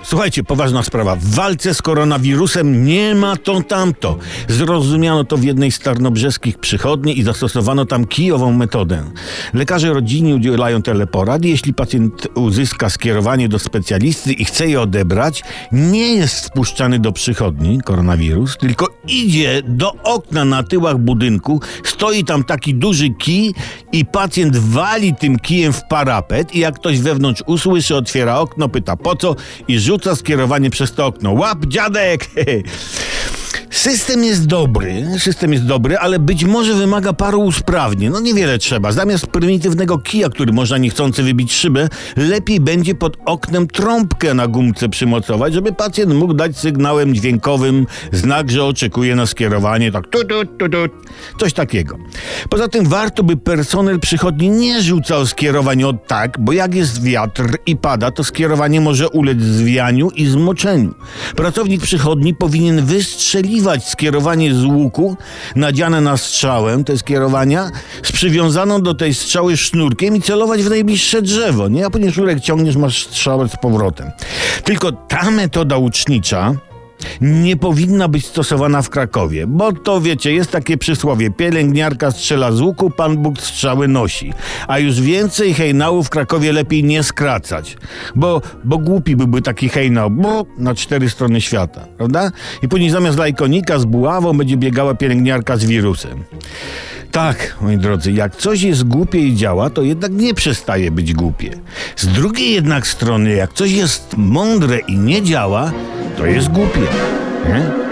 Słuchajcie, poważna sprawa. W walce z koronawirusem nie ma to tamto. Zrozumiano to w jednej z tarnobrzeskich przychodni i zastosowano tam kijową metodę. Lekarze rodzinni udzielają teleporad i jeśli pacjent uzyska skierowanie do specjalisty i chce je odebrać, nie jest wpuszczany do przychodni, koronawirus, tylko idzie do okna na tyłach budynku, stoi tam taki duży kij i pacjent wali tym kijem w parapet i jak ktoś wewnątrz usłyszy, otwiera okno, pyta po co i rzuca skierowanie przez to okno. Łap, dziadek! System jest dobry, ale być może wymaga paru usprawnień. No niewiele trzeba. Zamiast prymitywnego kija, który można niechcący wybić szybę, lepiej będzie pod oknem trąbkę na gumce przymocować, żeby pacjent mógł dać sygnałem dźwiękowym znak, że oczekuje na skierowanie. Tak coś takiego. Poza tym warto, by personel przychodni nie rzucał skierowań od tak, bo jak jest wiatr i pada, to skierowanie może ulec zwianiu i zmoczeniu. Pracownik przychodni powinien wystrzeliwać skierowanie z łuku nadziane na strzałę, te skierowania, z przywiązaną do tej strzały sznurkiem i celować w najbliższe drzewo, nie? A później sznurek ciągniesz, masz strzałę z powrotem. Tylko ta metoda łucznicza nie powinna być stosowana w Krakowie, bo to wiecie, jest takie przysłowie: pielęgniarka strzela z łuku, Pan Bóg strzały nosi. A już więcej hejnału w Krakowie lepiej nie skracać, bo głupi byłby taki hejnał na 4 strony świata, prawda? I później zamiast lajkonika z buławą będzie biegała pielęgniarka z wirusem. Tak, moi drodzy, jak coś jest głupie i działa, to jednak nie przestaje być głupie. Z drugiej jednak strony, jak coś jest mądre i nie działa, to jest głupie, nie?